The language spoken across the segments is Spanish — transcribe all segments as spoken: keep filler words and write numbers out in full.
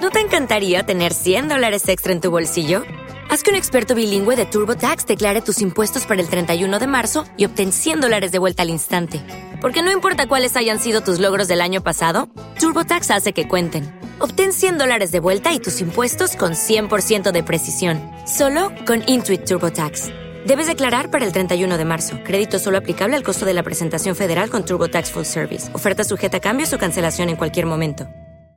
¿No te encantaría tener cien dólares extra en tu bolsillo? Haz que un experto bilingüe de TurboTax declare tus impuestos para el treinta y uno de marzo y obtén cien dólares de vuelta al instante. Porque no importa cuáles hayan sido tus logros del año pasado, TurboTax hace que cuenten. Obtén cien dólares de vuelta y tus impuestos con cien por ciento de precisión. Solo con Intuit TurboTax. Debes declarar para el treinta y uno de marzo. Crédito solo aplicable al costo de la presentación federal con TurboTax Full Service. Oferta sujeta a cambios o cancelación en cualquier momento.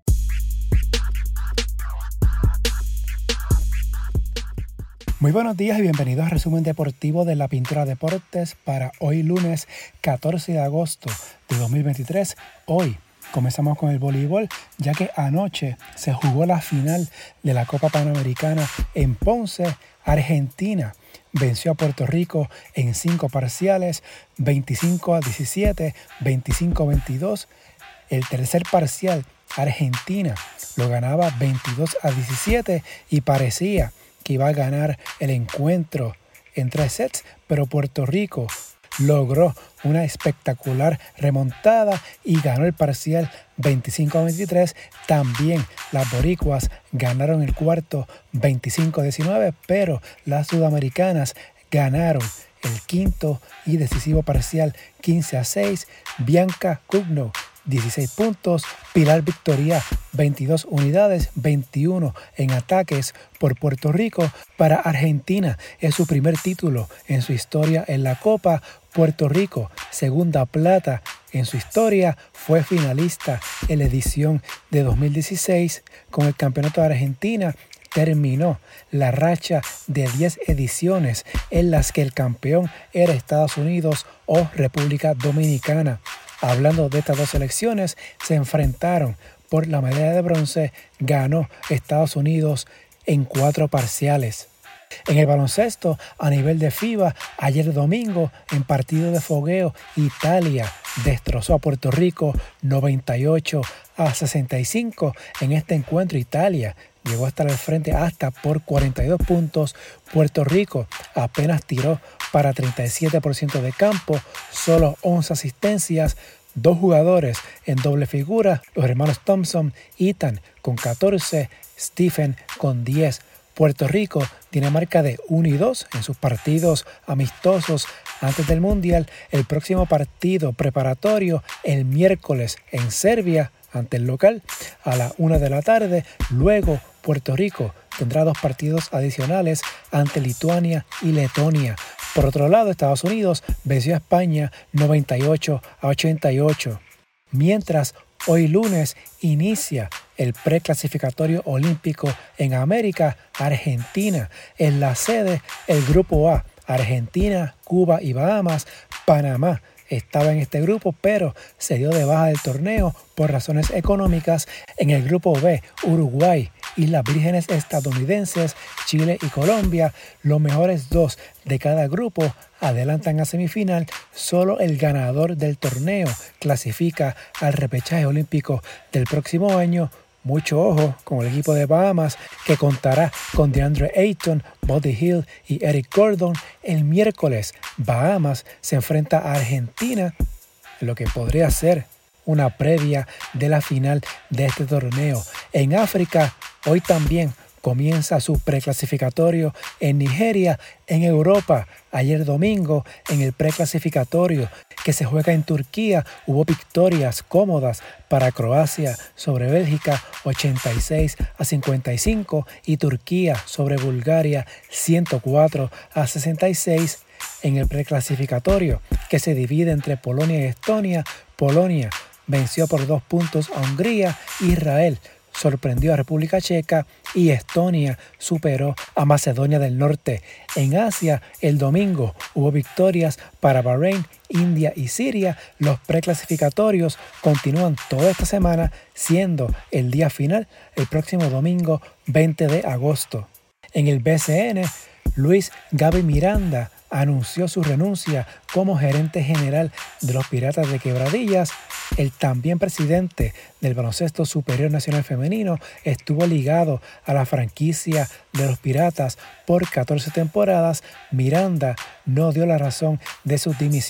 Muy buenos días y bienvenidos al resumen deportivo de La Pintura Deportes para hoy lunes catorce de agosto de dos mil veintitrés. Hoy comenzamos con el voleibol, ya que anoche se jugó la final de la Copa Panamericana en Ponce. Argentina venció a Puerto Rico en cinco parciales, veinticinco a diecisiete, veinticinco a veintidós. El tercer parcial, Argentina lo ganaba veintidós a diecisiete y parecía que iba a ganar el encuentro en tres sets, pero Puerto Rico logró una espectacular remontada y ganó el parcial veinticinco a veintitrés. También las boricuas ganaron el cuarto veinticinco a diecinueve, pero las sudamericanas ganaron el quinto y decisivo parcial quince a seis. Bianca Cugno, dieciséis puntos, Pilar Victoria, veintidós unidades, veintiuno en ataques por Puerto Rico. Para Argentina es su primer título en su historia en la Copa. Puerto Rico, segunda plata en su historia, fue finalista en la edición de dos mil dieciséis. Con el campeonato de Argentina terminó la racha de diez ediciones en las que el campeón era Estados Unidos o República Dominicana. Hablando de estas dos selecciones, se enfrentaron por la medalla de bronce. Ganó Estados Unidos en cuatro parciales. En el baloncesto, a nivel de FIBA, ayer domingo, en partido de fogueo, Italia destrozó a Puerto Rico noventa y ocho a sesenta y cinco. En este encuentro, Italia llegó a estar al frente hasta por cuarenta y dos puntos. Puerto Rico apenas tiró para treinta y siete por ciento de campo, solo once asistencias, dos jugadores en doble figura, los hermanos Thompson, Ethan con catorce, Stephen con diez. Puerto Rico tiene marca de uno y dos en sus partidos amistosos antes del Mundial. El próximo partido preparatorio el miércoles en Serbia ante el local a la una de la tarde. Luego Puerto Rico tendrá dos partidos adicionales ante Lituania y Letonia. Por otro lado, Estados Unidos venció a España noventa y ocho a ochenta y ocho. Mientras hoy lunes inicia el preclasificatorio olímpico en América. Argentina en la sede, el grupo A, Argentina, Cuba y Bahamas. Panamá estaba en este grupo, pero se dio de baja del torneo por razones económicas. En el grupo B, Uruguay, Islas Vírgenes estadounidenses, Chile y Colombia. Los mejores dos de cada grupo adelantan a semifinal. Solo el ganador del torneo clasifica al repechaje olímpico del próximo año. Mucho ojo con el equipo de Bahamas, que contará con DeAndre Ayton, Buddy Hield y Eric Gordon. El miércoles, Bahamas se enfrenta a Argentina, lo que podría ser una previa de la final de este torneo. En África, hoy también comienza su preclasificatorio en Nigeria. En Europa, ayer domingo, en el preclasificatorio que se juega en Turquía, hubo victorias cómodas para Croacia sobre Bélgica ochenta y seis a cincuenta y cinco y Turquía sobre Bulgaria ciento cuatro a sesenta y seis. En el preclasificatorio que se divide entre Polonia y Estonia, Polonia venció por dos puntos a Hungría. Israel sorprendió a República Checa y Estonia superó a Macedonia del Norte. En Asia, el domingo hubo victorias para Bahrein, India y Siria. Los preclasificatorios continúan toda esta semana, siendo el día final el próximo domingo veinte de agosto. En el B C N, Luis Gaby Miranda anunció su renuncia como gerente general de los Piratas de Quebradillas. El también presidente del Baloncesto Superior Nacional Femenino estuvo ligado a la franquicia de los Piratas por catorce temporadas. Miranda no dio la razón de su dimisión.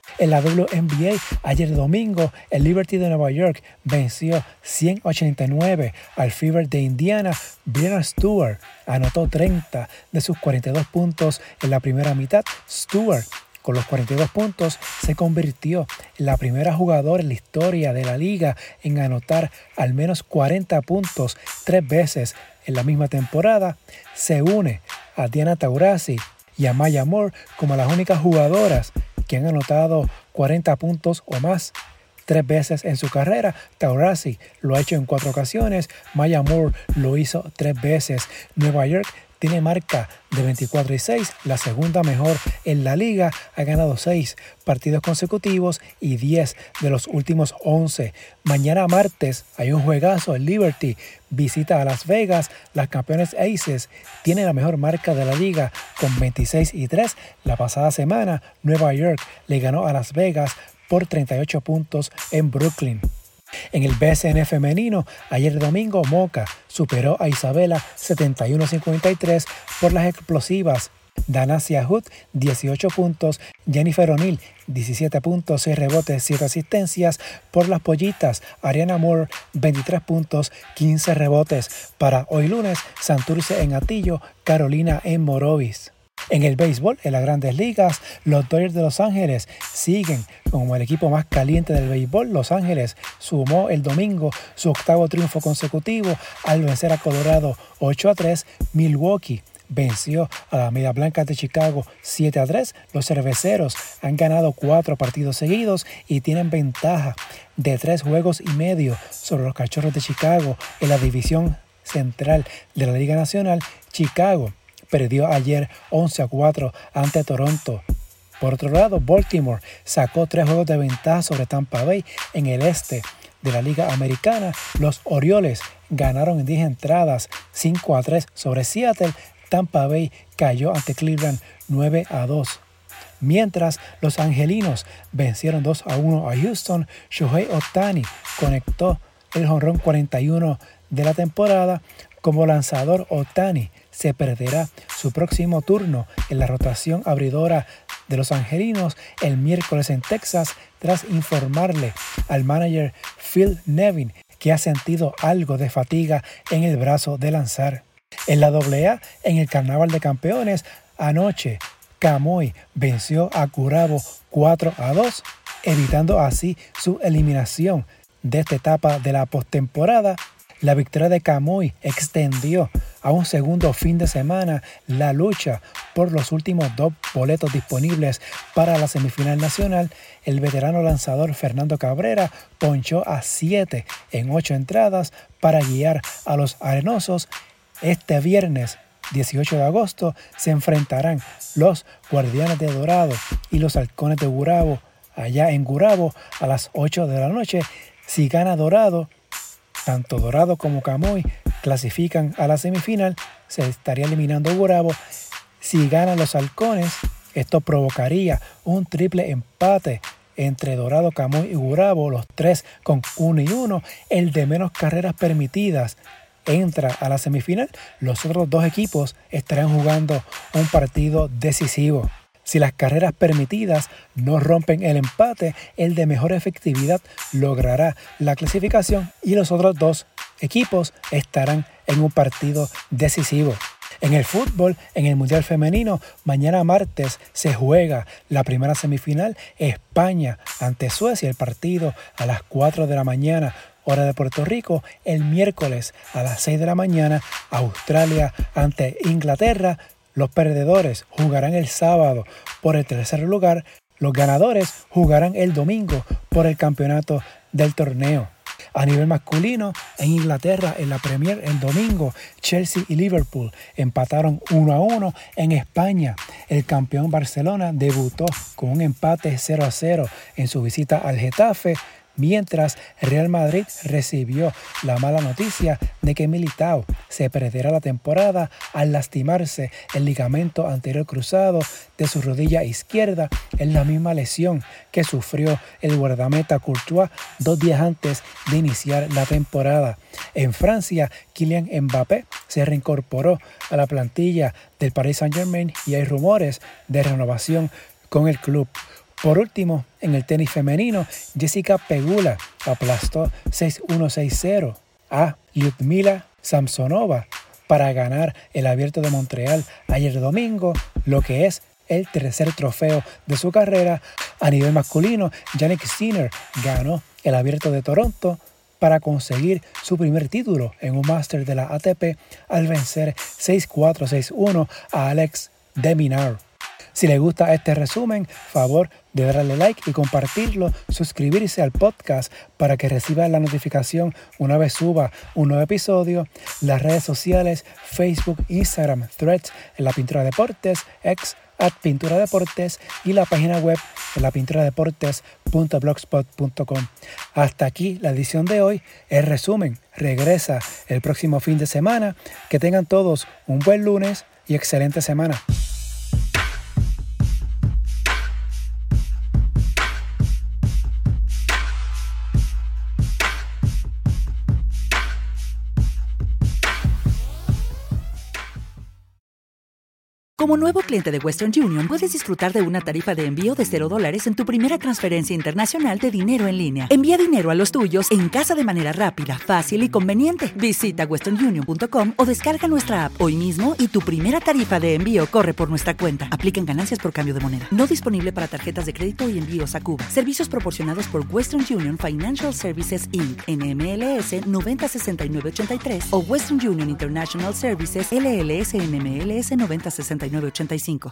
En la W N B A, ayer domingo, el Liberty de Nueva York venció ciento ochenta y nueve al Fever de Indiana. Breanna Stewart anotó treinta de sus cuarenta y dos puntos en la primera mitad. Stewart, con los cuarenta y dos puntos, se convirtió en la primera jugadora en la historia de la liga en anotar al menos cuarenta puntos tres veces en la misma temporada. Se une a Diana Taurasi y a Maya Moore como las únicas jugadoras que han anotado cuarenta puntos o más tres veces en su carrera. Taurasi lo ha hecho en cuatro ocasiones, Maya Moore lo hizo tres veces. Nueva York tiene marca de veinticuatro y seis, la segunda mejor en la liga. Ha ganado seis partidos consecutivos y diez de los últimos once. Mañana martes hay un juegazo. El Liberty visita a Las Vegas. Las campeones Aces tienen la mejor marca de la liga con veintiséis y tres. La pasada semana Nueva York le ganó a Las Vegas por treinta y ocho puntos en Brooklyn. En el B C N femenino, ayer domingo, Moca superó a Isabela setenta y uno a cincuenta y tres por las explosivas Danasia Hood, dieciocho puntos, Jennifer O'Neill, diecisiete puntos, seis rebotes, siete asistencias. Por las pollitas, Ariana Moore, veintitrés puntos, quince rebotes. Para hoy lunes, Santurce en Atillo, Carolina en Morovis. En el béisbol, en las Grandes Ligas, los Dodgers de Los Ángeles siguen como el equipo más caliente del béisbol. Los Ángeles sumó el domingo su octavo triunfo consecutivo al vencer a Colorado ocho a tres. Milwaukee venció a las Medias Blancas de Chicago siete a tres. Los cerveceros han ganado cuatro partidos seguidos y tienen ventaja de tres juegos y medio sobre los Cachorros de Chicago en la división central de la Liga Nacional. Chicago perdió ayer once a cuatro ante Toronto. Por otro lado, Baltimore sacó tres juegos de ventaja sobre Tampa Bay en el este de la Liga Americana. Los Orioles ganaron en diez entradas cinco a tres sobre Seattle. Tampa Bay cayó ante Cleveland nueve a dos. Mientras los angelinos vencieron dos a uno a Houston, Shohei Ohtani conectó el jonrón cuarenta y uno de la temporada. Como lanzador, Ohtani se perderá su próximo turno en la rotación abridora de los angelinos el miércoles en Texas, tras informarle al manager Phil Nevin que ha sentido algo de fatiga en el brazo de lanzar. En la doble A, en el Carnaval de Campeones, anoche Camoy venció a Gurabo cuatro a dos, evitando así su eliminación de esta etapa de la postemporada. La victoria de Camoy extendió a un segundo fin de semana la lucha por los últimos dos boletos disponibles para la semifinal nacional. El veterano lanzador Fernando Cabrera ponchó a siete en ocho entradas para guiar a los arenosos. Este viernes dieciocho de agosto se enfrentarán los Guardianes de Dorado y los Halcones de Gurabo allá en Gurabo a las ocho de la noche. Si gana Dorado, tanto Dorado como Camoy clasifican a la semifinal, se estaría eliminando Gurabo. Si ganan los Halcones, esto provocaría un triple empate entre Dorado, Camoy y Gurabo, los tres con uno y uno. El de menos carreras permitidas entra a la semifinal. Los otros dos equipos estarán jugando un partido decisivo. Si las carreras permitidas no rompen el empate, el de mejor efectividad logrará la clasificación y los otros dos equipos estarán en un partido decisivo. En el fútbol, en el Mundial Femenino, mañana martes se juega la primera semifinal, España ante Suecia, el partido a las cuatro de la mañana, hora de Puerto Rico. El miércoles a las seis de la mañana, Australia ante Inglaterra. Los perdedores jugarán el sábado por el tercer lugar. Los ganadores jugarán el domingo por el campeonato del torneo. A nivel masculino, en Inglaterra, en la Premier, el domingo, Chelsea y Liverpool empataron uno a uno. En España, el campeón Barcelona debutó con un empate cero a cero en su visita al Getafe, mientras Real Madrid recibió la mala noticia de que Militao se perderá la temporada al lastimarse el ligamento anterior cruzado de su rodilla izquierda, en la misma lesión que sufrió el guardameta Courtois dos días antes de iniciar la temporada. En Francia, Kylian Mbappé se reincorporó a la plantilla del Paris Saint-Germain y hay rumores de renovación con el club. Por último, en el tenis femenino, Jessica Pegula aplastó seis uno seis cero a Lyudmila Samsonova para ganar el Abierto de Montreal ayer domingo, lo que es el tercer trofeo de su carrera. A nivel masculino, Jannik Sinner ganó el Abierto de Toronto para conseguir su primer título en un Máster de la A T P al vencer seis cuatro seis uno a Alex de Minaur. Si les gusta este resumen, favor de darle like y compartirlo, suscribirse al podcast para que reciba la notificación una vez suba un nuevo episodio, las redes sociales, Facebook, Instagram, Threads, en La Pintura Deportes, X, at Pintura Deportes y la página web en la pintura deportes punto blogspot punto com. Hasta aquí la edición de hoy. El resumen regresa el próximo fin de semana. Que tengan todos un buen lunes y excelente semana. Como nuevo cliente de Western Union, puedes disfrutar de una tarifa de envío de cero dólares en tu primera transferencia internacional de dinero en línea. Envía dinero a los tuyos en casa de manera rápida, fácil y conveniente. Visita western union punto com o descarga nuestra app hoy mismo y tu primera tarifa de envío corre por nuestra cuenta. Aplican ganancias por cambio de moneda. No disponible para tarjetas de crédito y envíos a Cuba. Servicios proporcionados por Western Union Financial Services incorporated. N M L S noventa sesenta y nueve ochenta y tres o Western Union International Services L L S N M L S noventa sesenta y nueve ochenta y cinco.